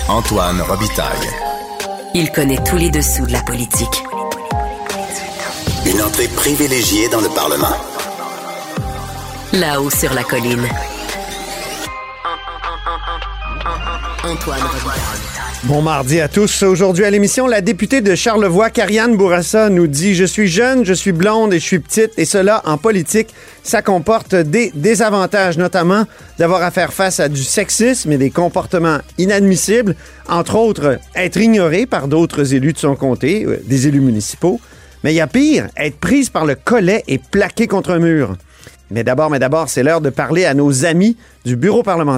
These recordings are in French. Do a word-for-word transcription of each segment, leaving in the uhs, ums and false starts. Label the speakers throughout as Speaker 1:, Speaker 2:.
Speaker 1: Antoine Robitaille.
Speaker 2: Il connaît tous les dessous de la politique.
Speaker 1: Une entrée privilégiée dans le Parlement.
Speaker 2: Là-haut sur la colline. Antoine Robitaille.
Speaker 3: Bon mardi à tous. Aujourd'hui à l'émission, la députée de Charlevoix, Karianne Bourassa, nous dit « Je suis jeune, je suis blonde et je suis petite et cela, en politique, ça comporte des désavantages, notamment d'avoir à faire face à du sexisme et des comportements inadmissibles, entre autres être ignorée par d'autres élus de son comté, euh, des élus municipaux. Mais il y a pire, être prise par le collet et plaquée contre un mur. Mais d'abord, mais d'abord, c'est l'heure de parler à nos amis du bureau parlementaire. »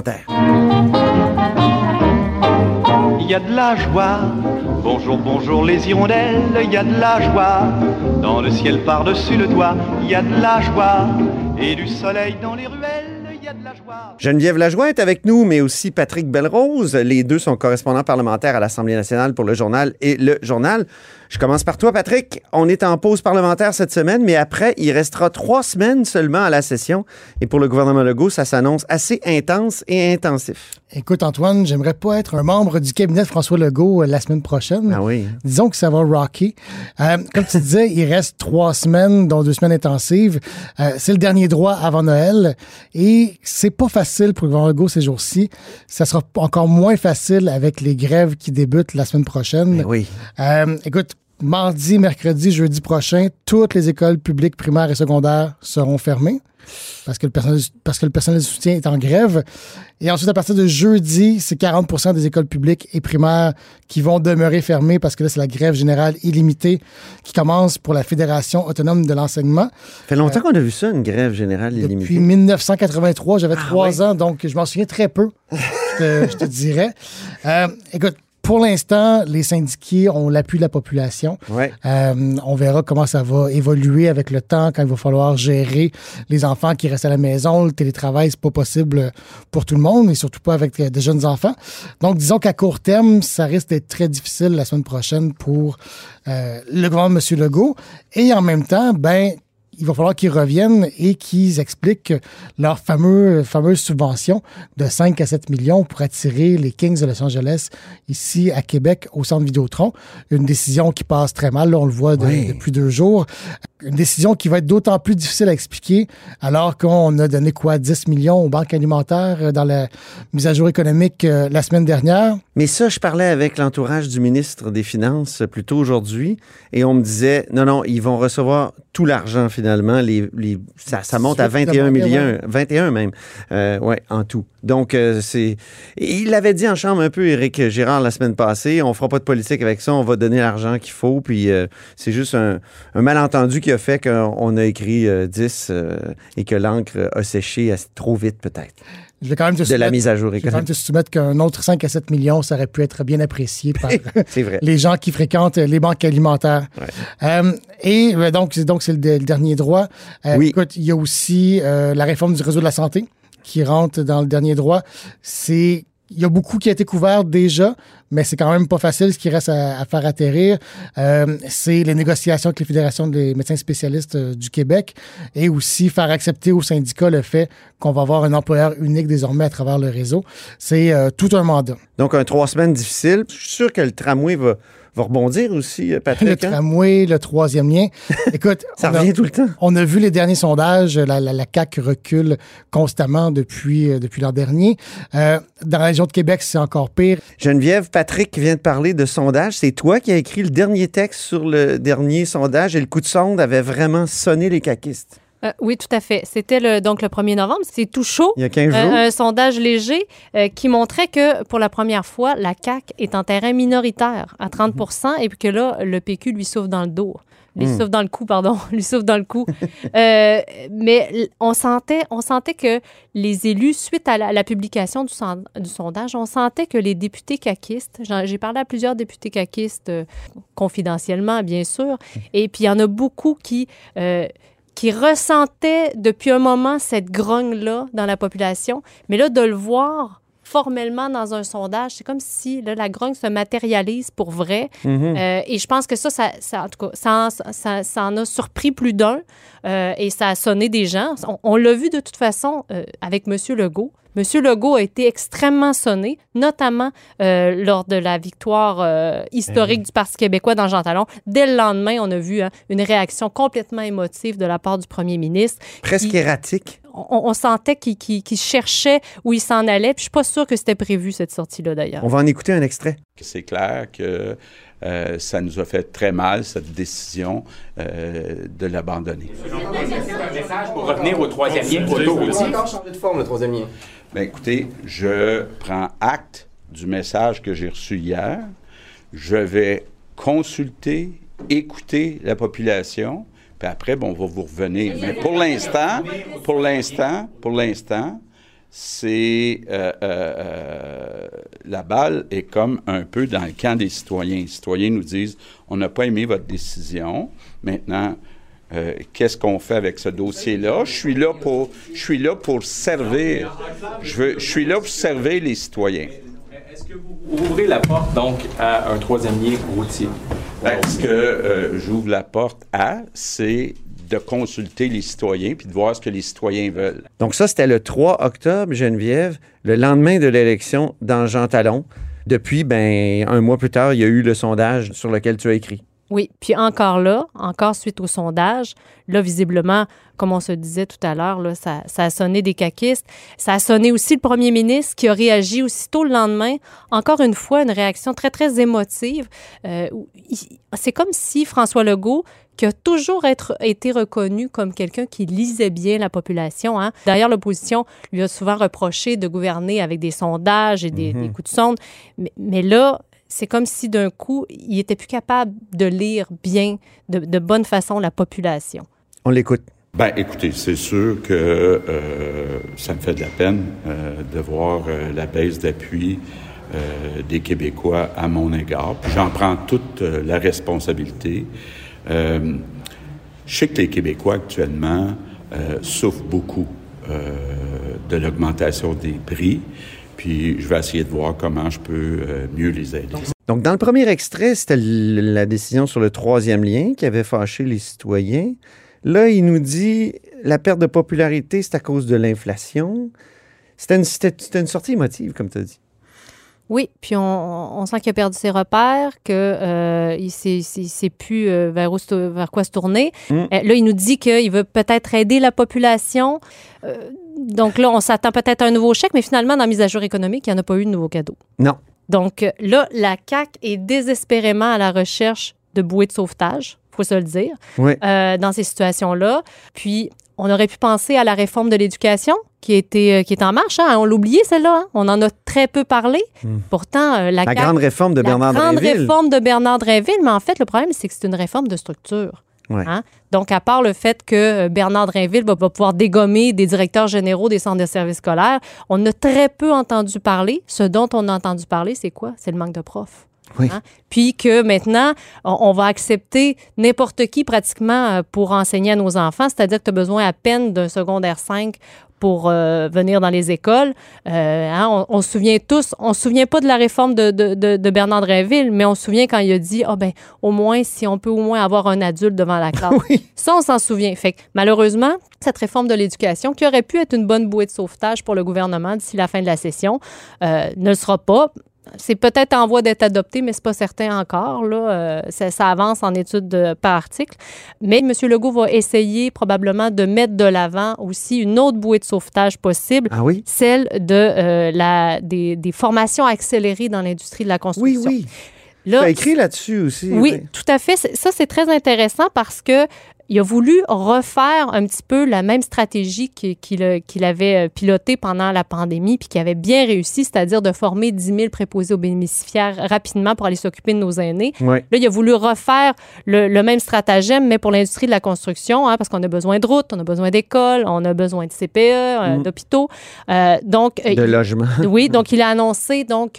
Speaker 4: Il y a de la joie, bonjour, bonjour les hirondelles, il y a de la joie, dans le ciel par-dessus le toit, il y a de la joie, et du soleil dans les ruelles, il y a de la joie.
Speaker 3: Geneviève Lajoie est avec nous, mais aussi Patrick Belrose. Les deux sont correspondants parlementaires à l'Assemblée nationale pour Le Journal et Le Journal. Je commence par toi, Patrick. On est en pause parlementaire cette semaine, mais après, il restera trois semaines seulement à la session. Et pour le gouvernement Legault, ça s'annonce assez intense et intensif.
Speaker 5: Écoute, Antoine, j'aimerais pas être un membre du cabinet de François Legault euh, la semaine prochaine.
Speaker 3: Ah oui.
Speaker 5: Disons que ça va rocker. Euh, comme tu disais, il reste trois semaines, dont deux semaines intensives. Euh, c'est le dernier droit avant Noël. Et c'est pas facile pour le gouvernement Legault ces jours-ci. Ça sera encore moins facile avec les grèves qui débutent la semaine prochaine.
Speaker 3: Mais oui.
Speaker 5: Euh, écoute, mardi, mercredi, jeudi prochain, toutes les écoles publiques primaires et secondaires seront fermées parce que le personnel, parce que le personnel de soutien est en grève. Et ensuite, à partir de jeudi, c'est quarante pour cent des écoles publiques et primaires qui vont demeurer fermées parce que là, c'est la grève générale illimitée qui commence pour la Fédération autonome de l'enseignement.
Speaker 3: Ça fait longtemps euh, qu'on a vu ça, une grève générale illimitée.
Speaker 5: Depuis dix-neuf cent quatre-vingt-trois, j'avais trois
Speaker 3: ah, ouais.
Speaker 5: ans, donc je m'en souviens très peu, je te, je te dirais. Euh, écoute, pour l'instant, les syndiqués ont l'appui de la population.
Speaker 3: Ouais.
Speaker 5: Euh, on verra comment ça va évoluer avec le temps, quand il va falloir gérer les enfants qui restent à la maison. Le télétravail, c'est pas possible pour tout le monde, et surtout pas avec de jeunes enfants. Donc, disons qu'à court terme, ça risque d'être très difficile la semaine prochaine pour euh, le gouvernement de M. Legault. Et en même temps, ben il va falloir qu'ils reviennent et qu'ils expliquent leur fameux, fameuse subvention de cinq à sept millions pour attirer les Kings de Los Angeles ici à Québec au Centre Vidéotron. Une décision qui passe très mal, là, on le voit de, oui. depuis deux jours. Une décision qui va être d'autant plus difficile à expliquer alors qu'on a donné quoi, dix millions aux banques alimentaires dans la mise à jour économique euh, la semaine dernière.
Speaker 3: Mais ça, je parlais avec l'entourage du ministre des Finances plus tôt aujourd'hui et on me disait, non, non, ils vont recevoir tout l'argent finalement. Les, les, ça, ça monte à vingt et un millions, vingt et un même, euh, ouais, en tout. Donc, euh, c'est... Il l'avait dit en chambre un peu, Éric Girard, la semaine passée, on fera pas de politique avec ça, on va donner l'argent qu'il faut, puis euh, c'est juste un, un malentendu qui a fait qu'on a écrit euh, dix euh, et que l'encre a séché assez, trop vite peut-être.
Speaker 5: Je vais quand même te
Speaker 3: de
Speaker 5: soumettre,
Speaker 3: la mise à jour économique.
Speaker 5: Je vais quand même te soumettre qu'un autre cinq à sept millions, ça aurait pu être bien apprécié par
Speaker 3: c'est vrai.
Speaker 5: les gens qui fréquentent les banques alimentaires. Ouais. Euh, et donc, donc, c'est le, le dernier droit. Euh,
Speaker 3: oui.
Speaker 5: Écoute, il y a aussi euh, la réforme du réseau de la santé qui rentre dans le dernier droit. C'est... Il y a beaucoup qui a été couvert déjà, mais c'est quand même pas facile ce qui reste à, à faire atterrir. Euh, c'est les négociations avec les fédérations des médecins spécialistes euh, du Québec et aussi faire accepter aux syndicats le fait qu'on va avoir un employeur unique désormais à travers le réseau. C'est euh, tout un mandat.
Speaker 3: Donc, un trois semaines difficile. Je suis sûr que le tramway va... va rebondir aussi, Patrick.
Speaker 5: Le tramway, hein? Le troisième lien. Écoute,
Speaker 3: ça revient a, tout le temps.
Speaker 5: On a vu les derniers sondages. La, la, la C A Q recule constamment depuis, euh, depuis l'an dernier. Euh, dans la région de Québec, c'est encore pire.
Speaker 3: Geneviève, Patrick vient de parler de sondage. C'est toi qui as écrit le dernier texte sur le dernier sondage et le coup de sonde avait vraiment sonné les caquistes.
Speaker 6: Euh, oui, tout à fait. C'était le, donc le premier novembre. C'est tout chaud.
Speaker 3: Il y a quinze jours.
Speaker 6: Euh, un sondage léger euh, qui montrait que pour la première fois, la C A Q est en terrain minoritaire à trente pour cent et puis que là, le P Q lui souffle dans le dos. Lui mmh. souffle dans le cou, pardon. lui souffle dans le cou. euh, mais on sentait, on sentait que les élus, suite à la, à la publication du, son, du sondage, on sentait que les députés caquistes, j'ai parlé à plusieurs députés caquistes euh, confidentiellement, bien sûr, et puis il y en a beaucoup qui... Euh, qui ressentait depuis un moment cette grogne-là dans la population. Mais là, de le voir formellement dans un sondage. C'est comme si là, la grogne se matérialise pour vrai. Mm-hmm. Euh, et je pense que ça, ça, ça en tout cas, ça, ça, ça, ça en a surpris plus d'un euh, et ça a sonné des gens. On, on l'a vu de toute façon euh, avec M. Legault. M. Legault a été extrêmement sonné, notamment euh, lors de la victoire euh, historique mmh. du Parti québécois dans Jean Talon. Dès le lendemain, on a vu hein, une réaction complètement émotive de la part du premier ministre.
Speaker 3: Presque qui, erratique.
Speaker 6: On, on sentait qu'il, qu'il, qu'il cherchait où il s'en allait. Puis je suis pas sûre que c'était prévu, cette sortie-là, d'ailleurs.
Speaker 3: On va en écouter un extrait.
Speaker 7: C'est clair que euh, ça nous a fait très mal, cette décision euh, de l'abandonner.
Speaker 8: C'est un message pour revenir au troisième lien. On va encore changer de forme, le troisième lien.
Speaker 7: Bien, écoutez, je prends acte du message que j'ai reçu hier. Je vais consulter, écouter la population, puis après, bon, on va vous revenir. Mais pour l'instant, pour l'instant, pour l'instant, c'est... Euh, euh, la balle est comme un peu dans le camp des citoyens. Les citoyens nous disent, on n'a pas aimé votre décision. Maintenant... Euh, qu'est-ce qu'on fait avec ce dossier-là? Je suis là pour, je suis là pour servir. Je, veux, je suis là pour servir les citoyens.
Speaker 8: Est-ce que vous ouvrez la porte, donc, à un troisième lien routier?
Speaker 7: Ben, ce que euh, j'ouvre la porte à, c'est de consulter les citoyens puis de voir ce que les citoyens veulent.
Speaker 3: Donc ça, c'était le trois octobre, Geneviève, le lendemain de l'élection dans Jean Talon. Depuis, ben, un mois plus tard, il y a eu le sondage sur lequel tu as écrit.
Speaker 6: Oui, puis encore là, encore suite au sondage, là, visiblement, comme on se disait tout à l'heure, là, ça, ça a sonné des caquistes. Ça a sonné aussi le premier ministre qui a réagi aussitôt le lendemain. Encore une fois, une réaction très, très émotive. Euh, c'est comme si François Legault, qui a toujours être, été reconnu comme quelqu'un qui lisait bien la population. Hein. D'ailleurs, l'opposition lui a souvent reproché de gouverner avec des sondages et des, mm-hmm. des coups de sonde. Mais, mais là... c'est comme si d'un coup, il n'était plus capable de lire bien, de, de bonne façon, la population.
Speaker 3: On l'écoute.
Speaker 7: Bien, écoutez, c'est sûr que euh, ça me fait de la peine euh, de voir euh, la baisse d'appui euh, des Québécois à mon égard. Puis j'en prends toute euh, la responsabilité. Euh, je sais que les Québécois, actuellement, euh, souffrent beaucoup euh, de l'augmentation des prix. Puis je vais essayer de voir comment je peux euh, mieux les aider.
Speaker 3: Donc, dans le premier extrait, c'était l- la décision sur le troisième lien qui avait fâché les citoyens. Là, il nous dit la perte de popularité, c'est à cause de l'inflation. C'était une, c'était, c'était une sortie émotive, comme tu as dit.
Speaker 6: Oui, puis on, on sent qu'il a perdu ses repères, qu'il euh, ne sait, sait plus euh, vers, où, vers quoi se tourner. Mm. Euh, là, il nous dit qu'il veut peut-être aider la population. Euh, donc là, on s'attend peut-être à un nouveau chèque, mais finalement, dans la mise à jour économique, il n'y en a pas eu de nouveau cadeau.
Speaker 3: Non.
Speaker 6: Donc là, la C A Q est désespérément à la recherche de bouées de sauvetage, il faut se le dire,
Speaker 3: oui.
Speaker 6: euh, dans ces situations-là. Puis, on aurait pu penser à la réforme de l'éducation qui, était, qui est en marche. Hein? On l'a oublié, celle-là. Hein? On en a très peu parlé. Mmh. Pourtant, euh, la,
Speaker 3: la
Speaker 6: C A Q,
Speaker 3: grande réforme de Bernard Drinville. La grande
Speaker 6: réforme de Bernard Drinville. Mais en fait, le problème, c'est que c'est une réforme de structure.
Speaker 3: Ouais.
Speaker 6: Hein? Donc, à part le fait que Bernard Drinville va, va pouvoir dégommer des directeurs généraux des centres de services scolaires, on a très peu entendu parler. Ce dont on a entendu parler, c'est quoi? C'est le manque de profs.
Speaker 3: Oui.
Speaker 6: Hein? Puis que maintenant, on, on va accepter n'importe qui pratiquement pour enseigner à nos enfants, c'est-à-dire que tu as besoin à peine d'un secondaire cinq pour euh, venir dans les écoles. Euh, hein, on, on se souvient tous, on se souvient pas de la réforme de, de, de, de Bernard Drinville, mais on se souvient quand il a dit « Ah oh ben, au moins, si on peut au moins avoir un adulte devant la classe. »
Speaker 3: Oui.
Speaker 6: Ça, on s'en souvient. Fait que, malheureusement, cette réforme de l'éducation, qui aurait pu être une bonne bouée de sauvetage pour le gouvernement d'ici la fin de la session, euh, ne le sera pas. C'est peut-être en voie d'être adopté, mais c'est pas certain encore. Là. Euh, ça, ça avance en études de, par article. Mais M. Legault va essayer probablement de mettre de l'avant aussi une autre bouée de sauvetage possible,
Speaker 3: ah oui?
Speaker 6: celle de, euh, la, des, des formations accélérées dans l'industrie de la construction.
Speaker 3: Oui, oui.
Speaker 6: Là,
Speaker 3: tu as écrit là-dessus aussi.
Speaker 6: Oui, oui, tout à fait. Ça, c'est très intéressant parce que il a voulu refaire un petit peu la même stratégie qu'il, qu'il, qu'il avait pilotée pendant la pandémie puis qui avait bien réussi, c'est-à-dire de former dix mille préposés aux bénéficiaires rapidement pour aller s'occuper de nos aînés.
Speaker 3: Oui.
Speaker 6: Là, il a voulu refaire le, le même stratagème, mais pour l'industrie de la construction, hein, parce qu'on a besoin de routes, on a besoin d'écoles, on a besoin de C P E, mm. euh, d'hôpitaux. Euh, donc,
Speaker 3: de
Speaker 6: euh,
Speaker 3: logements.
Speaker 6: Oui, donc il a annoncé donc euh,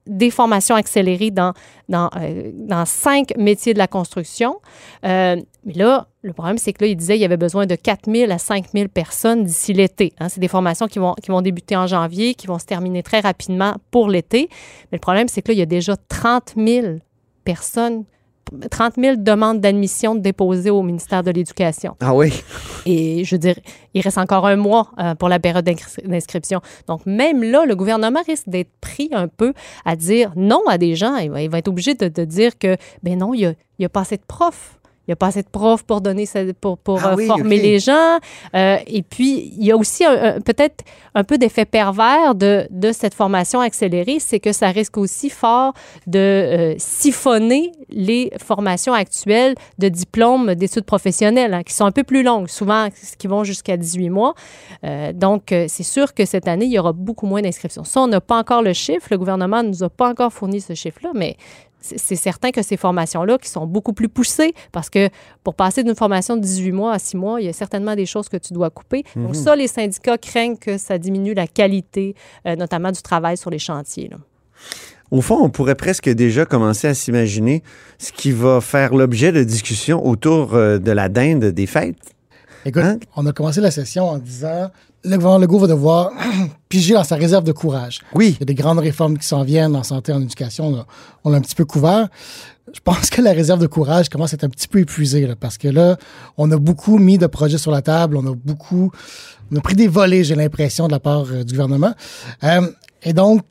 Speaker 6: des formations accélérées dans, dans, euh, dans cinq métiers de la construction. Euh, mais là, le problème, c'est que là, il disait qu'il y avait besoin de quatre mille à cinq mille personnes d'ici l'été. Hein. C'est des formations qui vont, qui vont débuter en janvier, qui vont se terminer très rapidement pour l'été. Mais le problème, c'est que là, il y a déjà trente mille personnes, trente mille demandes d'admission déposées au ministère de l'Éducation.
Speaker 3: Ah oui?
Speaker 6: Et je veux dire, il reste encore un mois euh, pour la période d'inscri- d'inscription. Donc, même là, le gouvernement risque d'être pris un peu à dire non à des gens. Il va, il va être obligé de, de dire que, ben non, il n'y a, a pas assez de profs. Il n'y a pas assez de profs pour donner pour, pour
Speaker 3: ah
Speaker 6: euh,
Speaker 3: oui,
Speaker 6: former
Speaker 3: okay.
Speaker 6: les gens. Euh, et puis, il y a aussi un, un, peut-être un peu d'effet pervers de, de cette formation accélérée, c'est que ça risque aussi fort de euh, siphonner les formations actuelles de diplômes d'études professionnelles, hein, qui sont un peu plus longues, souvent qui vont jusqu'à dix-huit mois. Euh, donc, euh, c'est sûr que cette année, il y aura beaucoup moins d'inscriptions. Ça, on n'a pas encore le chiffre. Le gouvernement ne nous a pas encore fourni ce chiffre-là, mais c'est certain que ces formations-là, qui sont beaucoup plus poussées, parce que pour passer d'une formation de dix-huit mois à six mois, il y a certainement des choses que tu dois couper. Mm-hmm. Donc ça, les syndicats craignent que ça diminue la qualité, euh, notamment du travail sur les chantiers, là.
Speaker 3: Au fond, on pourrait presque déjà commencer à s'imaginer ce qui va faire l'objet de discussions autour euh, de la dinde des fêtes.
Speaker 5: Écoute,
Speaker 3: hein?
Speaker 5: On a commencé la session en disant le gouvernement Legault va devoir piger dans sa réserve de courage.
Speaker 3: Oui.
Speaker 5: Il y a des grandes réformes qui s'en viennent en santé, en éducation. On, a, on l'a un petit peu couvert. Je pense que la réserve de courage commence à être un petit peu épuisée, là, parce que là, on a beaucoup mis de projets sur la table. On a beaucoup... On a pris des volets, j'ai l'impression, de la part euh, du gouvernement. Euh, et donc,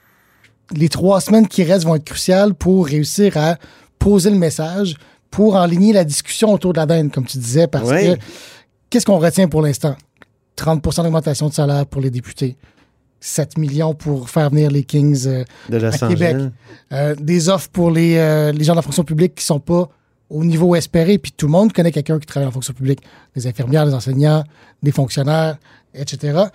Speaker 5: les trois semaines qui restent vont être cruciales pour réussir à poser le message, pour enligner la discussion autour de la dinde, comme tu disais, parce
Speaker 3: oui.
Speaker 5: que qu'est-ce qu'on retient pour l'instant? trente pour cent d'augmentation de salaire pour les députés. sept millions pour faire venir les Kings euh,
Speaker 3: de Los
Speaker 5: à Québec. Euh, des offres pour les, euh, les gens de la fonction publique qui ne sont pas au niveau espéré. Puis tout le monde connaît quelqu'un qui travaille en fonction publique. Les infirmières, les enseignants, des fonctionnaires, et cetera.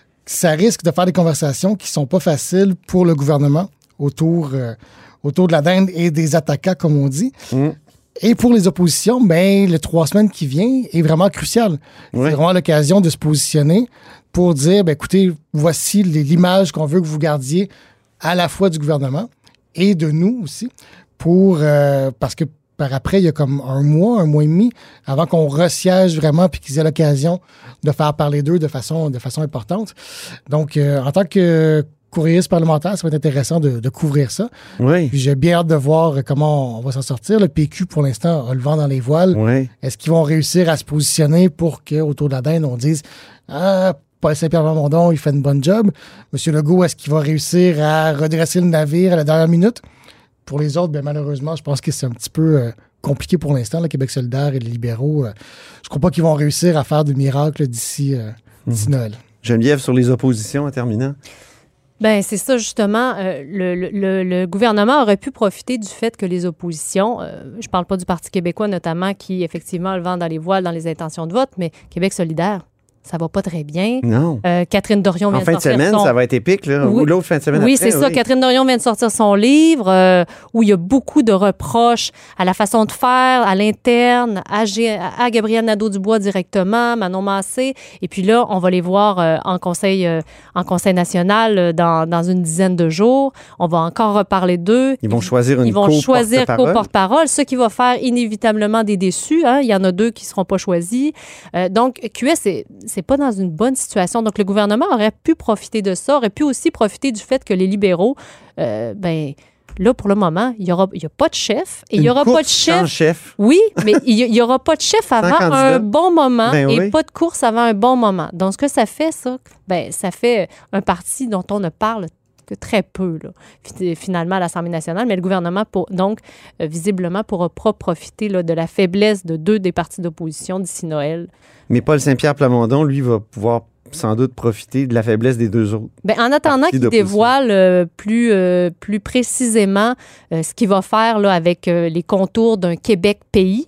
Speaker 5: Ça risque de faire des conversations qui ne sont pas faciles pour le gouvernement autour, euh, autour de la dinde et des attaquants, comme on dit. Mm. Et pour les oppositions, ben, le trois semaines qui vient est vraiment crucial. Oui. C'est vraiment l'occasion de se positionner pour dire, ben, écoutez, voici les, l'image qu'on veut que vous gardiez à la fois du gouvernement et de nous aussi, pour euh, parce que par après, il y a comme un mois, un mois et demi, avant qu'on resiège vraiment puis qu'ils aient l'occasion de faire parler d'eux de façon, de façon importante. Donc, euh, en tant que courriériste parlementaire, ça va être intéressant de, de couvrir ça.
Speaker 3: Oui.
Speaker 5: Puis j'ai bien hâte de voir comment on va s'en sortir. Le P Q, pour l'instant, a le vent dans les voiles.
Speaker 3: Oui.
Speaker 5: Est-ce qu'ils vont réussir à se positionner pour qu'autour de la dinde, on dise « Ah, Paul Saint-Pierre Plamondon, il fait une bonne job. Monsieur Legault, est-ce qu'il va réussir à redresser le navire à la dernière minute? » Pour les autres, bien, malheureusement, je pense que c'est un petit peu euh, compliqué pour l'instant, le Québec solidaire et les libéraux. Euh, je ne crois pas qu'ils vont réussir à faire de miracles d'ici, euh, d'ici mmh. Noël.
Speaker 3: Geneviève, sur les oppositions, en terminant.
Speaker 6: Bien, c'est ça, justement. Euh, le, le, le gouvernement aurait pu profiter du fait que les oppositions, euh, je ne parle pas du Parti québécois notamment, qui effectivement a le vent dans les voiles dans les intentions de vote, mais Québec solidaire, ça va pas très bien.
Speaker 3: Non.
Speaker 6: Euh, Catherine Dorion vient
Speaker 3: en fin
Speaker 6: de sortir
Speaker 3: de semaine,
Speaker 6: son...
Speaker 3: ça va être épique, là.
Speaker 6: Oui.
Speaker 3: Ou l'autre fin de semaine
Speaker 6: oui,
Speaker 3: après.
Speaker 6: c'est ça.
Speaker 3: Oui.
Speaker 6: Catherine Dorion vient de sortir son livre euh, où il y a beaucoup de reproches à la façon de faire, à l'interne, à, G... à Gabrielle Nadeau-Dubois directement, Manon Massé. Et puis là, on va les voir euh, en, conseil, euh, en conseil national euh, dans, dans une dizaine de jours. On va encore reparler d'eux.
Speaker 3: Ils vont choisir une
Speaker 6: Ils vont choisir
Speaker 3: co-porte-parole.
Speaker 6: co-porte-parole, ce qui va faire inévitablement des déçus. Hein. Il y en a deux qui ne seront pas choisis. Euh, donc, Q S, c'est, c'est pas dans une bonne situation. Donc, le gouvernement aurait pu profiter de ça, aurait pu aussi profiter du fait que les libéraux, euh, ben là, pour le moment, il n'y aura, y a pas de chef. Et il n'y aura pas de chef.
Speaker 3: Sans chef.
Speaker 6: Oui, mais il n'y aura pas de chef avant un bon moment
Speaker 3: ben
Speaker 6: et
Speaker 3: oui.
Speaker 6: pas de course avant un bon moment. Donc, ce que ça fait, ça, ben, ça fait un parti dont on ne parle que très peu, là, finalement, à l'Assemblée nationale. Mais le gouvernement, pour, donc, euh, visiblement, ne pourra pas profiter là, de la faiblesse de deux des partis d'opposition d'ici Noël.
Speaker 3: Mais Paul Saint-Pierre Plamondon, lui, va pouvoir sans doute profiter de la faiblesse des deux autres.
Speaker 6: Bien, en attendant qu'il dévoile euh, plus, euh, plus précisément euh, ce qu'il va faire là, avec euh, les contours d'un Québec pays,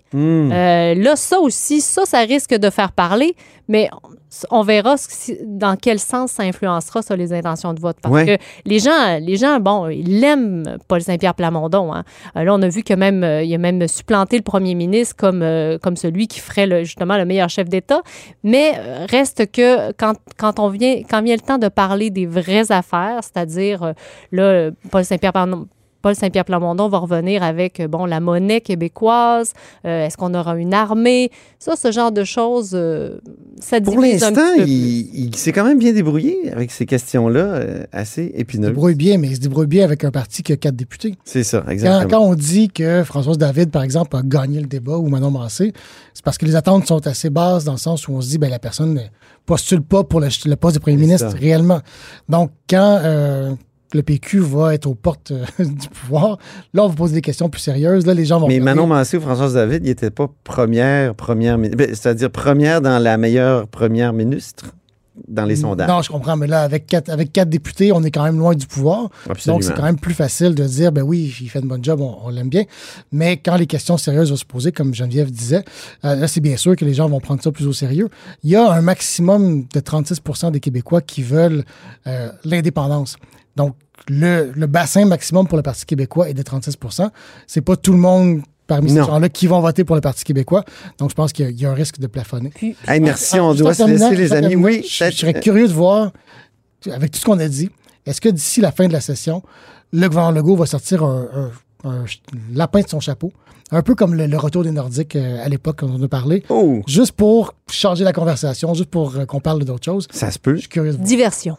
Speaker 3: Mmh.
Speaker 6: Euh, là, ça aussi, ça, ça risque de faire parler, mais on verra si, dans quel sens ça influencera, ça, les intentions de vote. Parce
Speaker 3: ouais.
Speaker 6: que les gens, les gens, bon, ils l'aiment, Paul Saint-Pierre Plamondon. Hein. Euh, là, on a vu que même, euh, il a même supplanté le premier ministre comme, euh, comme celui qui ferait le, justement le meilleur chef d'État. Mais euh, reste que quand, quand on vient, quand vient le temps de parler des vraies affaires, c'est-à-dire, euh, là, Paul Saint-Pierre Plamondon, Paul Saint-Pierre Plamondon va revenir avec, bon, la monnaie québécoise. Euh, est-ce qu'on aura une armée? Ça, ce genre de choses, euh, ça divise
Speaker 3: Pour l'instant,
Speaker 6: un petit peu
Speaker 3: il, il s'est quand même bien débrouillé avec ces questions-là, euh, assez
Speaker 5: Il
Speaker 3: épineuses.
Speaker 5: se débrouille bien, mais il se débrouille bien avec un parti qui a quatre députés.
Speaker 3: C'est ça, exactement.
Speaker 5: Quand, quand on dit que Françoise David, par exemple, a gagné le débat ou Manon Massé, c'est parce que les attentes sont assez basses dans le sens où on se dit, ben la personne ne postule pas pour le, le poste de premier
Speaker 3: C'est
Speaker 5: ministre
Speaker 3: ça.
Speaker 5: réellement. Donc, quand... Euh, le P Q va être aux portes euh, du pouvoir. Là, on va poser des questions plus sérieuses. Là, les gens vont
Speaker 3: Mais
Speaker 5: regarder.
Speaker 3: Manon Massé ou Françoise David, il n'était pas première, première, mi- ben, c'est-à-dire première dans la meilleure première ministre dans les sondages.
Speaker 5: Non, je comprends, mais là, avec quatre, avec quatre députés, on est quand même loin du pouvoir.
Speaker 3: Absolument.
Speaker 5: Donc, c'est quand même plus facile de dire, ben oui, il fait une bonne job, on, on l'aime bien. Mais quand les questions sérieuses vont se poser, comme Geneviève disait, euh, là, c'est bien sûr que les gens vont prendre ça plus au sérieux. Il y a un maximum de trente-six pour cent des Québécois qui veulent euh, l'indépendance. Donc, le, le bassin maximum pour le Parti québécois est de trente-six pour cent. C'est pas tout le monde parmi ces
Speaker 3: Non.
Speaker 5: gens-là qui vont voter pour le Parti québécois. Donc, je pense qu'il y a, il y a un risque de plafonner.
Speaker 6: Puis-
Speaker 3: Hey, merci,
Speaker 5: Ah,
Speaker 3: on
Speaker 5: juste
Speaker 3: doit
Speaker 5: en
Speaker 3: se
Speaker 5: terminant,
Speaker 3: laisser, les
Speaker 5: juste en
Speaker 3: amis.
Speaker 5: terminant,
Speaker 3: Oui,
Speaker 5: je,
Speaker 3: peut-être-
Speaker 5: je serais curieux de voir, avec tout ce qu'on a dit, est-ce que d'ici la fin de la session, le gouvernement Legault va sortir un, un- un lapin de son chapeau, un peu comme le, le retour des Nordiques euh, à l'époque quand on en a parlé,
Speaker 3: Oh,
Speaker 5: juste pour changer la conversation, juste pour euh, qu'on parle d'autres choses.
Speaker 3: ça se peut.
Speaker 5: Je suis curieux de voir.
Speaker 6: Diversion.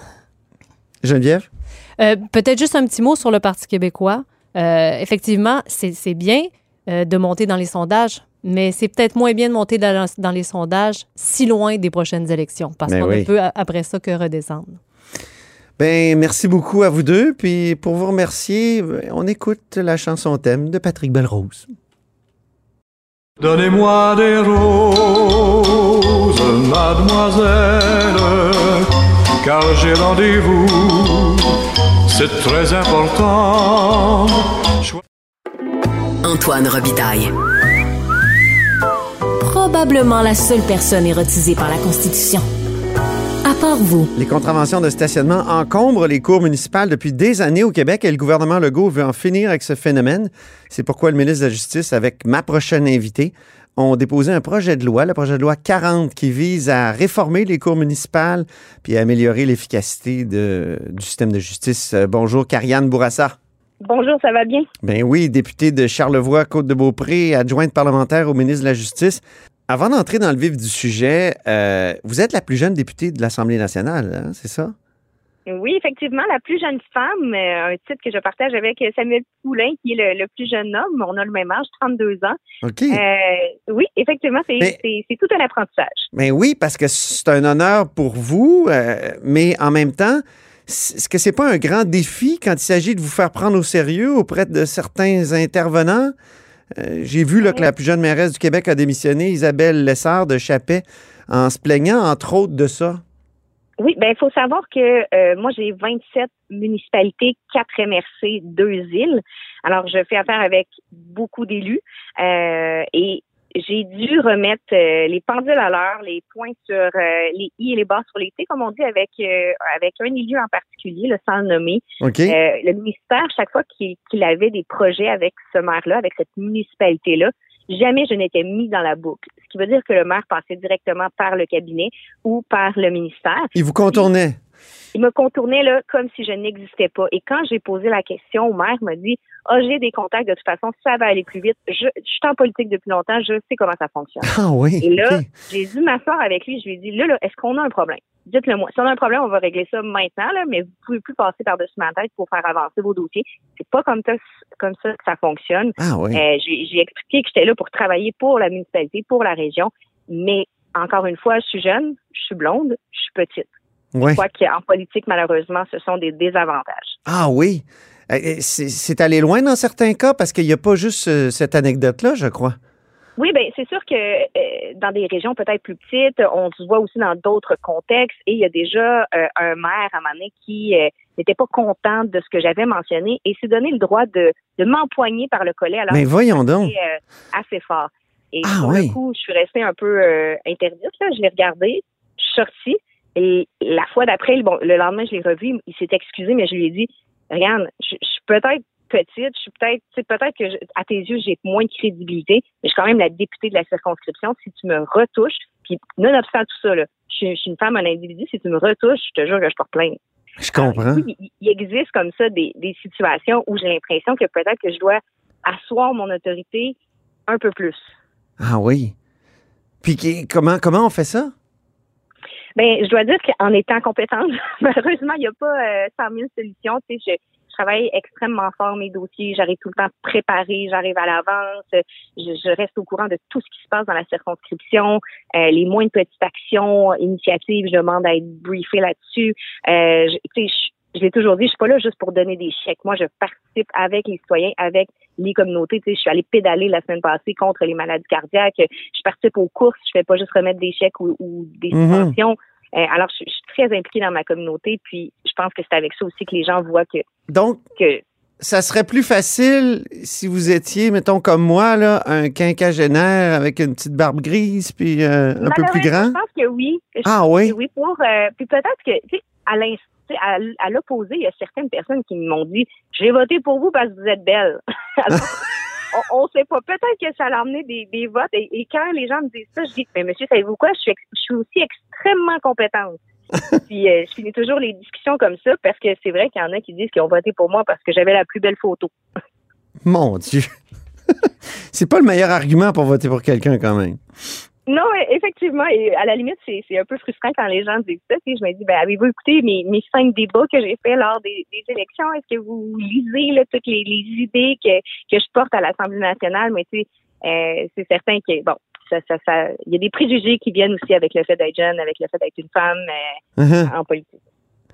Speaker 3: Geneviève?
Speaker 6: Euh, peut-être juste un petit mot sur le Parti québécois. Euh, effectivement, c'est c'est bien euh, de monter dans les sondages, mais c'est peut-être moins bien de monter dans, dans les sondages si loin des prochaines élections, parce
Speaker 3: Ben
Speaker 6: qu'on
Speaker 3: oui.
Speaker 6: ne peut a- après ça que redescendre.
Speaker 3: Ben, merci beaucoup à vous deux. Puis pour vous remercier, on écoute la chanson thème de Patrick Belrose.
Speaker 9: Donnez-moi des roses, mademoiselle, car j'ai rendez-vous, c'est très important. Choi-
Speaker 2: Antoine Robitaille. Probablement la seule personne érotisée par la Constitution. À part vous.
Speaker 3: Les contraventions de stationnement encombrent les cours municipales depuis des années au Québec et le gouvernement Legault veut en finir avec ce phénomène. C'est pourquoi le ministre de la Justice, avec ma prochaine invitée, ont déposé un projet de loi, le projet de loi quarante, qui vise à réformer les cours municipales puis à améliorer l'efficacité de- du système de justice. Euh, bonjour, Karianne Bourassa.
Speaker 10: Bonjour, ça va bien?
Speaker 3: Ben oui, députée de Charlevoix, Côte-de-Beaupré, adjointe parlementaire au ministre de la Justice. Avant d'entrer dans le vif du sujet, euh, vous êtes la plus jeune députée de l'Assemblée nationale, hein, c'est ça?
Speaker 10: Oui, effectivement, la plus jeune femme, euh, un titre que je partage avec Samuel Poulain, qui est le, le plus jeune homme. On a le même âge, trente-deux ans.
Speaker 3: OK.
Speaker 10: Euh, oui, effectivement, c'est,
Speaker 3: Mais-
Speaker 10: c'est, c'est tout un apprentissage.
Speaker 3: Ben oui, parce que c'est un honneur pour vous, euh, mais en même temps, est-ce que c'est pas un grand défi quand il s'agit de vous faire prendre au sérieux auprès de certains intervenants? Euh, j'ai vu là, que la plus jeune mairesse du Québec a démissionné, Isabelle Lessard de Chappais, en se plaignant, entre autres, de ça.
Speaker 10: Oui, ben il faut savoir que euh, moi, j'ai vingt-sept municipalités, quatre M R C, deux îles. Alors, je fais affaire avec beaucoup d'élus euh, et j'ai dû remettre euh, les pendules à l'heure, les points sur euh, les i et les bas sur les t, comme on dit, avec euh, avec un élu en particulier, le sans le nommer.
Speaker 3: OK?
Speaker 10: Euh, le ministère, chaque fois qu'il, qu'il avait des projets avec ce maire-là, avec cette municipalité-là, jamais je n'étais mis dans la boucle. Ce qui veut dire que le maire passait directement par le cabinet ou par le ministère.
Speaker 3: Il vous contournait.
Speaker 10: Il me contournait là comme si je n'existais pas. Et quand j'ai posé la question au maire, il m'a dit « Ah, j'ai des contacts, de toute façon, ça va aller plus vite. Je, je suis en politique depuis longtemps, je sais comment ça fonctionne. »
Speaker 3: Ah oui,
Speaker 10: Et là,
Speaker 3: OK.
Speaker 10: j'ai dû m'asseoir avec lui. Je lui ai dit, là, là, est-ce qu'on a un problème? Dites-le moi. Si on a un problème, on va régler ça maintenant, là, mais vous pouvez plus passer par-dessus ma tête pour faire avancer vos dossiers. C'est pas comme ça, comme ça que ça fonctionne.
Speaker 3: Ah oui.
Speaker 10: Euh, j'ai, j'ai expliqué que j'étais là pour travailler pour la municipalité, pour la région. Mais encore une fois, je suis jeune, je suis blonde, je suis petite.
Speaker 3: Ouais.
Speaker 10: Je crois qu'en politique, malheureusement, ce sont des désavantages.
Speaker 3: Ah oui. Euh, C'est, c'est allé loin dans certains cas parce qu'il n'y a pas juste euh, cette anecdote-là, je crois.
Speaker 10: Oui, ben c'est sûr que euh, dans des régions peut-être plus petites, on se voit aussi dans d'autres contextes et il y a déjà euh, un maire à un moment donné qui euh, n'était pas content de ce que j'avais mentionné et s'est donné le droit de, de m'empoigner par le collet alors
Speaker 3: Mais
Speaker 10: que
Speaker 3: voyons donc.
Speaker 10: c'était, euh, assez fort. Et
Speaker 3: ah,
Speaker 10: pour
Speaker 3: oui.
Speaker 10: le coup, je suis restée un peu euh, interdite. Là. Je l'ai regardé, je suis sortie. Et la fois d'après, bon, le lendemain, je l'ai revu. Il s'est excusé, mais je lui ai dit, regarde, je, je suis peut-être petite, je suis peut-être, tu sais, peut-être que je, à tes yeux, j'ai moins de crédibilité, mais je suis quand même la députée de la circonscription. Si tu me retouches, puis nonobstant tout ça, là, je, suis, je suis une femme, un individu, si tu me retouches, je te jure que je porte plainte.
Speaker 3: Je comprends.
Speaker 10: Alors, oui, il, il existe comme ça des, des situations où j'ai l'impression que peut-être que je dois asseoir mon autorité un peu plus.
Speaker 3: Ah oui. Puis qui- comment, comment on fait ça?
Speaker 10: Ben, je dois dire qu'en étant compétente, malheureusement, il n'y a pas euh, cent mille solutions. Tu sais, je, je travaille extrêmement fort mes dossiers, j'arrive tout le temps préparée, j'arrive à l'avance, je, je reste au courant de tout ce qui se passe dans la circonscription, euh, les moindres petites actions, initiatives, je demande à être briefée là-dessus. Euh, je, tu sais, je, je l'ai toujours dit, je suis pas là juste pour donner des chèques. Moi, je participe avec les citoyens, avec les communautés. Tu sais, je suis allée pédaler la semaine passée contre les maladies cardiaques. Je participe aux courses. Je fais pas juste remettre des chèques ou, ou des subventions. Mm-hmm. Euh, alors, je, je suis très impliquée dans ma communauté. Puis, je pense que c'est avec ça aussi que les gens voient que...
Speaker 3: Donc,
Speaker 10: que,
Speaker 3: ça serait plus facile si vous étiez, mettons, comme moi, là, un quinquagénaire avec une petite barbe grise puis euh, un peu plus grand?
Speaker 10: Je pense que oui. Je
Speaker 3: ah
Speaker 10: pense
Speaker 3: oui?
Speaker 10: Que oui, pour... Euh, puis peut-être que, tu sais, à l'instant, À, à l'opposé, il y a certaines personnes qui m'ont dit « J'ai voté pour vous parce que vous êtes belle. » Alors, on ne sait pas. Peut-être que ça a amené des, des votes. Et, et quand les gens me disent ça, je dis « Mais monsieur, savez-vous quoi? Je suis, ex- je suis aussi extrêmement compétente. » Puis euh, je finis toujours les discussions comme ça parce que c'est vrai qu'il y en a qui disent qu'ils ont voté pour moi parce que j'avais la plus belle photo.
Speaker 3: Mon Dieu! C'est pas le meilleur argument pour voter pour quelqu'un quand même.
Speaker 10: Non, effectivement. Et à la limite, c'est, c'est un peu frustrant quand les gens disent ça. Tu sais, je me dis, ben, avez-vous écouté mes, mes cinq débats que j'ai faits lors des, des élections? Est-ce que vous lisez là, toutes les, les idées que, que je porte à l'Assemblée nationale? Mais tu sais, euh, c'est certain que, bon, ça, ça, ça, il y a des préjugés qui viennent aussi avec le fait d'être jeune, avec le fait d'être une femme euh, uh-huh. en politique.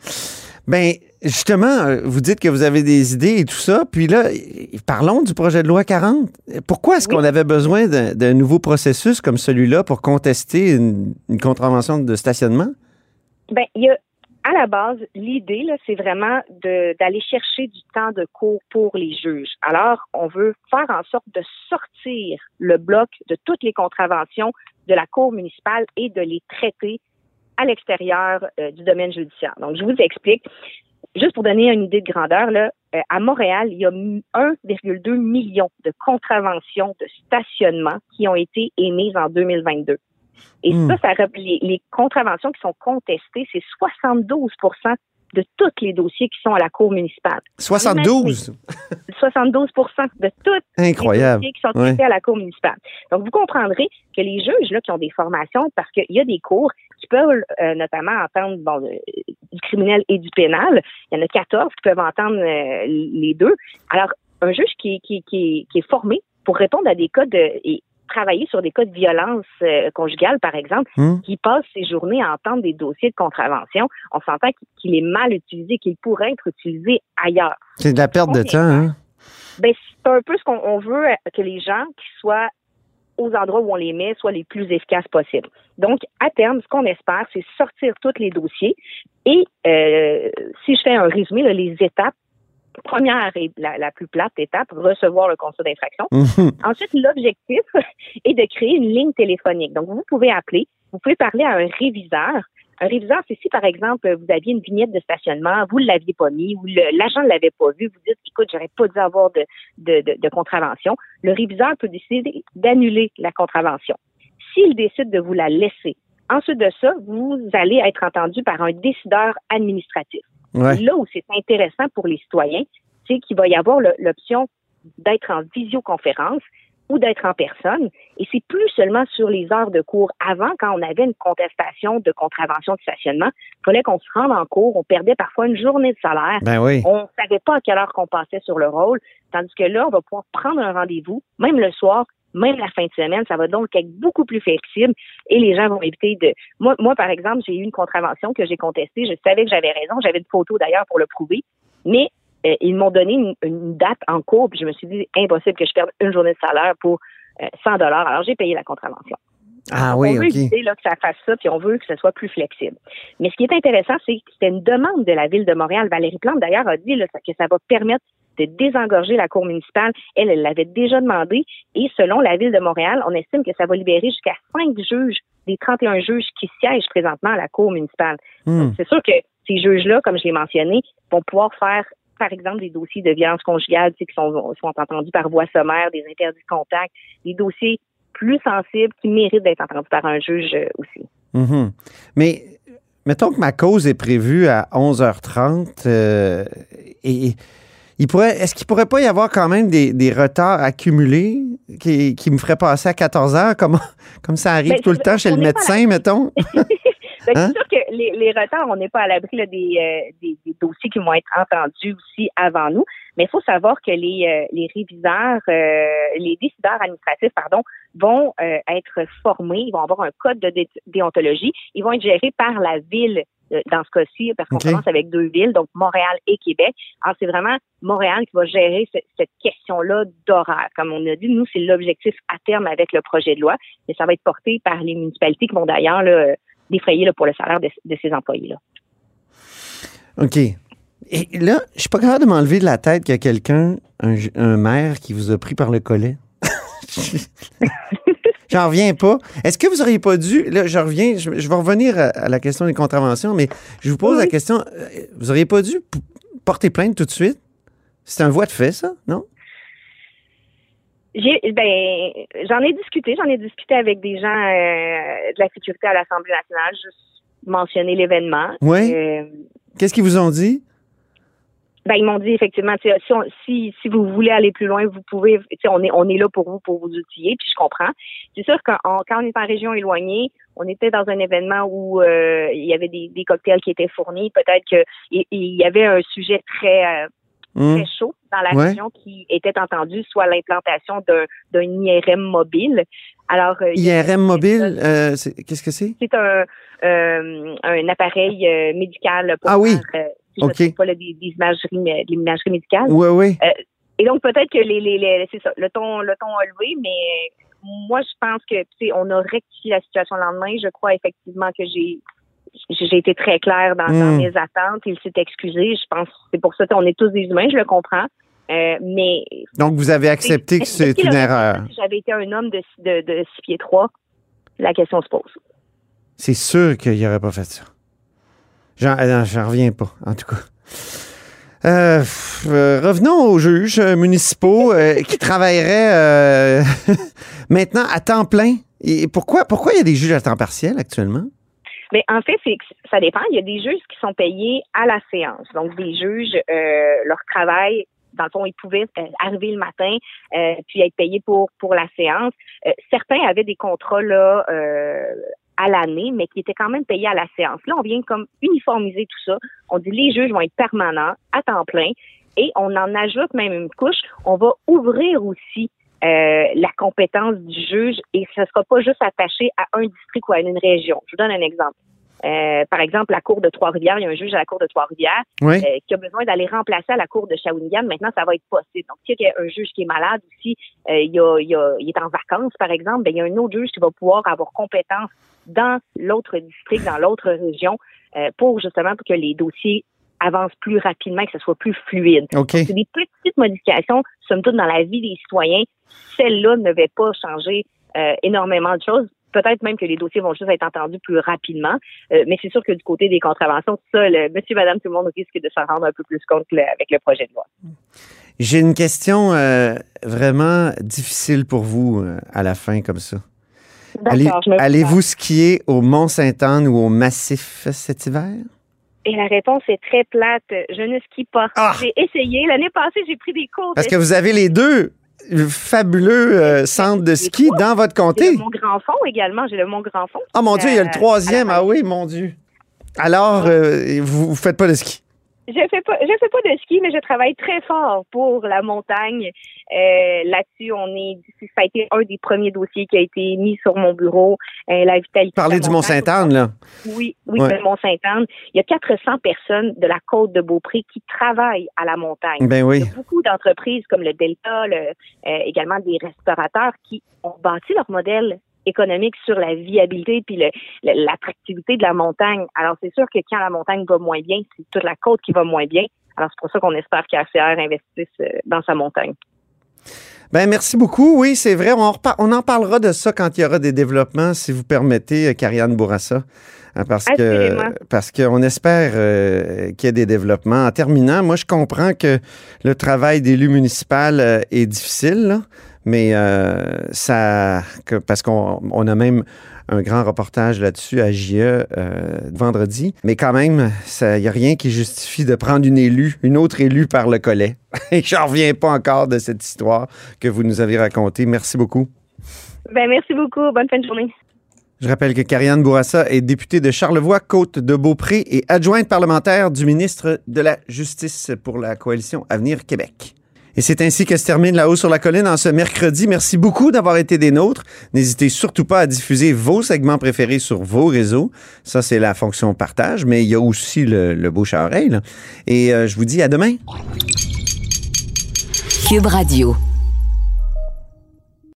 Speaker 3: Ben, justement, vous dites que vous avez des idées et tout ça, puis là, parlons du projet de loi quarante. Pourquoi est-ce oui. qu'on avait besoin d'un, d'un nouveau processus comme celui-là pour contester une, une contravention de stationnement?
Speaker 10: Ben, il y a, à la base, l'idée, là, c'est vraiment de, d'aller chercher du temps de cours pour les juges. Alors, on veut faire en sorte de sortir le bloc de toutes les contraventions de la Cour municipale et de les traiter à l'extérieur euh, du domaine judiciaire. Donc, je vous explique. Juste pour donner une idée de grandeur, là, euh, à Montréal, il y a un virgule deux million de contraventions de stationnement qui ont été émises en deux mille vingt-deux. Et mmh. ça, ça les, les contraventions qui sont contestées, c'est soixante-douze pour cent de tous les dossiers qui sont à la Cour municipale.
Speaker 3: soixante-douze?
Speaker 10: soixante-douze pour cent de tous
Speaker 3: Incroyable.
Speaker 10: les dossiers qui sont traités
Speaker 3: ouais.
Speaker 10: à la Cour municipale. Donc, vous comprendrez que les juges là, qui ont des formations, parce qu'il y a des cours qui peuvent euh, notamment entendre bon, euh, du criminel et du pénal. Il y en a quatorze qui peuvent entendre euh, les deux. Alors, un juge qui, qui, qui, qui est formé pour répondre à des cas de... Et, travailler sur des cas de violence euh, conjugale, par exemple, mmh. qui passe ses journées à entendre des dossiers de contravention, on s'entend qu'il est mal utilisé, qu'il pourrait être utilisé ailleurs.
Speaker 3: C'est de la perte de temps, hein?
Speaker 10: Ben, c'est un peu ce qu'on on veut, que les gens qui soient aux endroits où on les met soient les plus efficaces possibles. Donc, à terme, ce qu'on espère, c'est sortir tous les dossiers et, euh, si je fais un résumé, là, les étapes, première et la, la plus plate étape, recevoir le constat d'infraction. Mmh. Ensuite, l'objectif est de créer une ligne téléphonique. Donc, vous pouvez appeler, vous pouvez parler à un réviseur. Un réviseur, c'est si, par exemple, vous aviez une vignette de stationnement, vous ne l'aviez pas mis, ou le, l'agent ne l'avait pas vu, vous dites, écoute, j'aurais pas dû avoir de, de, de, de contravention. Le réviseur peut décider d'annuler la contravention. S'il décide de vous la laisser, ensuite de ça, vous allez être entendu par un décideur administratif. Ouais. Là où c'est intéressant pour les citoyens, c'est qu'il va y avoir le, l'option d'être en visioconférence ou d'être en personne. Et c'est plus seulement sur les heures de cours. Avant, quand on avait une contestation de contravention de stationnement, il fallait qu'on se rende en cours. On perdait parfois une journée de salaire.
Speaker 3: Ben oui.
Speaker 10: On ne savait pas à quelle heure qu'on passait sur le rôle. Tandis que là, on va pouvoir prendre un rendez-vous, même le soir, même la fin de semaine. Ça va donc être beaucoup plus flexible et les gens vont éviter de... Moi, moi, par exemple, j'ai eu une contravention que j'ai contestée. Je savais que j'avais raison. J'avais une photo d'ailleurs pour le prouver. Mais euh, ils m'ont donné une, une date en cours. Puis je me suis dit, impossible que je perde une journée de salaire pour euh, cent dollars. Alors, j'ai payé la contravention.
Speaker 3: Ah
Speaker 10: donc,
Speaker 3: oui,
Speaker 10: on veut
Speaker 3: OK.
Speaker 10: éviter là, que ça fasse ça, puis on veut que ce soit plus flexible. Mais ce qui est intéressant, c'est que c'était une demande de la Ville de Montréal. Valérie Plante, d'ailleurs, a dit là, que ça va permettre de désengorger la cour municipale. Elle, elle l'avait déjà demandé. Et selon la Ville de Montréal, on estime que ça va libérer jusqu'à cinq juges des trente et un juges qui siègent présentement à la cour municipale.
Speaker 3: Mmh.
Speaker 10: Donc, c'est sûr que ces juges-là, comme je l'ai mentionné, vont pouvoir faire, par exemple, des dossiers de violence conjugale, tu sais, qui sont, sont entendus par voie sommaire, des interdits de contact, des dossiers plus sensibles qui méritent d'être entendus par un juge euh, aussi.
Speaker 3: Mmh. Mais mettons que ma cause est prévue à onze heures trente euh, et, et il pourrait, est-ce qu'il pourrait pas y avoir quand même des, des retards accumulés qui, qui me feraient passer à quatorze heures, comme, comme ça arrive ben, tout le temps chez le médecin, la... mettons?
Speaker 10: Ben, hein? C'est sûr que les, les retards, on n'est pas à l'abri là, des, euh, des, des dossiers qui vont être entendus aussi avant nous, mais il faut savoir que les, euh, les réviseurs, euh, les décideurs administratifs, pardon, vont euh, être formés, ils vont avoir un code de dé- déontologie, ils vont être gérés par la ville euh, dans ce cas-ci, parce qu'on okay. commence avec deux villes, donc Montréal et Québec. Alors, c'est vraiment Montréal qui va gérer ce, cette question-là d'horaire. Comme on a dit, nous, c'est l'objectif à terme avec le projet de loi, mais ça va être porté par les municipalités qui vont d'ailleurs là, défrayer là, pour le salaire de, de ces employés-là.
Speaker 3: OK. Et là, je suis pas capable de m'enlever de la tête qu'il y a quelqu'un, un, un maire qui vous a pris par le collet. J'en reviens pas. Est-ce que vous auriez pas dû... Là, je reviens, je, je vais revenir à, à la question des contraventions, mais je vous pose oui. la question, vous auriez pas dû p- porter plainte tout de suite? C'est un voie de fait, ça, non?
Speaker 10: J'ai, ben, j'en ai discuté, j'en ai discuté avec des gens euh, de la sécurité à l'Assemblée nationale, juste mentionner l'événement.
Speaker 3: Oui.
Speaker 10: Euh,
Speaker 3: Qu'est-ce qu'ils vous ont dit?
Speaker 10: Ben, ils m'ont dit effectivement, si, on, si si vous voulez aller plus loin, vous pouvez. On est on est là pour vous, pour vous outiller. Puis je comprends. C'est sûr que quand on est en région éloignée, on était dans un événement où euh, il y avait des, des cocktails qui étaient fournis. Peut-être que il, il y avait un sujet très euh, Mmh. très chaud dans la
Speaker 3: ouais.
Speaker 10: région qui était entendu, soit l'implantation d'un, d'un I R M mobile. Alors euh,
Speaker 3: I R M mobile, euh, c'est, qu'est-ce que c'est?
Speaker 10: C'est un euh, un appareil euh, médical pour
Speaker 3: ah, oui.
Speaker 10: faire, euh, si
Speaker 3: okay.
Speaker 10: je ne sais pas, là, des, des imageries, des imageries médicales.
Speaker 3: Oui, oui.
Speaker 10: Euh, et donc peut-être que les, les, les c'est ça, le ton, le ton a levé, mais moi je pense que tu sais, on a rectifié la situation le lendemain. Je crois effectivement que j'ai J'ai été très claire dans, mmh. dans mes attentes. Il s'est excusé. Je pense que c'est pour ça qu'on est tous des humains, je le comprends. Euh, mais
Speaker 3: donc, vous avez accepté que c'est une erreur.
Speaker 10: Si j'avais été un homme de, de, de six pieds trois, la question se pose.
Speaker 3: C'est sûr qu'il n'aurait pas fait ça. J'en, j'en reviens pas, en tout cas. Euh, euh, revenons aux juges municipaux euh, qui travailleraient euh, maintenant à temps plein. Et pourquoi, pourquoi il y a des juges à temps partiel actuellement?
Speaker 10: Mais en fait, c'est ça dépend. Il y a des juges qui sont payés à la séance. Donc, des juges, euh, leur travail, dans le fond, ils pouvaient euh, arriver le matin euh, puis être payés pour pour la séance. Euh, certains avaient des contrats là euh, à l'année, mais qui étaient quand même payés à la séance. Là, on vient comme uniformiser tout ça. On dit les juges vont être permanents, à temps plein, et on en ajoute même une couche. On va ouvrir aussi Euh, la compétence du juge et ce ne sera pas juste attaché à un district ou à une région. Je vous donne un exemple. Euh, par exemple, la Cour de Trois-Rivières, il y a un juge à la Cour de Trois-Rivières
Speaker 3: oui.
Speaker 10: euh, qui a besoin d'aller remplacer à la Cour de Shawinigan. Maintenant, ça va être possible. Donc, s'il y a un juge qui est malade aussi, euh, il, y a, il, y a, il est en vacances, par exemple, ben, il y a un autre juge qui va pouvoir avoir compétence dans l'autre district, dans l'autre région, euh, pour justement pour que les dossiers avance plus rapidement, que ce soit plus fluide.
Speaker 3: Okay.
Speaker 10: C'est des petites modifications, somme toute, dans la vie des citoyens. Celle-là ne va pas changer euh, énormément de choses. Peut-être même que les dossiers vont juste être entendus plus rapidement. Euh, mais c'est sûr que du côté des contraventions, ça, le monsieur, madame, tout le monde risque de s'en rendre un peu plus compte le, avec le projet de loi.
Speaker 3: J'ai une question euh, vraiment difficile pour vous euh, à la fin, comme ça. Allez, allez-vous skier au Mont-Sainte-Anne ou au Massif cet hiver?
Speaker 10: Et la réponse est très plate. Je ne skie pas.
Speaker 3: Ah!
Speaker 10: J'ai essayé. L'année passée, j'ai pris des cours.
Speaker 3: Parce que vous avez les deux fabuleux euh, centres de ski dans votre comté.
Speaker 10: J'ai le Mont-Grand-Fond également. J'ai le Mont-Grand-Fond.
Speaker 3: Ah, mon Dieu, il y a le troisième. Ah oui, mon Dieu. Alors, euh, vous ne faites pas de ski?
Speaker 10: Je fais pas, je fais pas de ski, mais je travaille très fort pour la montagne. Euh, là-dessus, on est, ça a été un des premiers dossiers qui a été mis sur mon bureau. Euh, la vitalité.
Speaker 3: Parlez du Mont-Sainte-Anne, là.
Speaker 10: Oui, oui,
Speaker 3: ouais.
Speaker 10: le Mont-Sainte-Anne. Il y a quatre cents personnes de la côte de Beaupré qui travaillent à la montagne.
Speaker 3: Ben oui.
Speaker 10: Il y a beaucoup d'entreprises comme le Delta, le, euh, également des restaurateurs qui ont bâti leur modèle économique sur la viabilité puis le, le, l'attractivité de la montagne. Alors, c'est sûr que quand la montagne va moins bien, c'est toute la côte qui va moins bien. Alors, c'est pour ça qu'on espère qu'A C R investisse euh, dans sa montagne.
Speaker 3: Ben merci beaucoup. Oui, c'est vrai. On, repar- on en parlera de ça quand il y aura des développements, si vous permettez, Karianne Bourassa. Parce que parce qu'on espère euh, qu'il y ait des développements. En terminant, moi, je comprends que le travail d'élu municipal euh, est difficile, là, mais euh, ça... Que, parce qu'on on a même un grand reportage là-dessus à J E euh, vendredi. Mais quand même, il n'y a rien qui justifie de prendre une élue, une autre élue par le collet. Et j'en reviens pas encore de cette histoire que vous nous avez racontée. Merci beaucoup.
Speaker 10: Ben merci beaucoup. Bonne fin de journée.
Speaker 3: Je rappelle que Karianne Bourassa est députée de Charlevoix, Côte-de-Beaupré et adjointe parlementaire du ministre de la Justice pour la coalition Avenir Québec. Et c'est ainsi que se termine La Haut sur la Colline en ce mercredi. Merci beaucoup d'avoir été des nôtres. N'hésitez surtout pas à diffuser vos segments préférés sur vos réseaux. Ça, c'est la fonction partage, mais il y a aussi le, le bouche à oreille. Là. Et euh, je vous dis à demain.
Speaker 2: Cube Radio.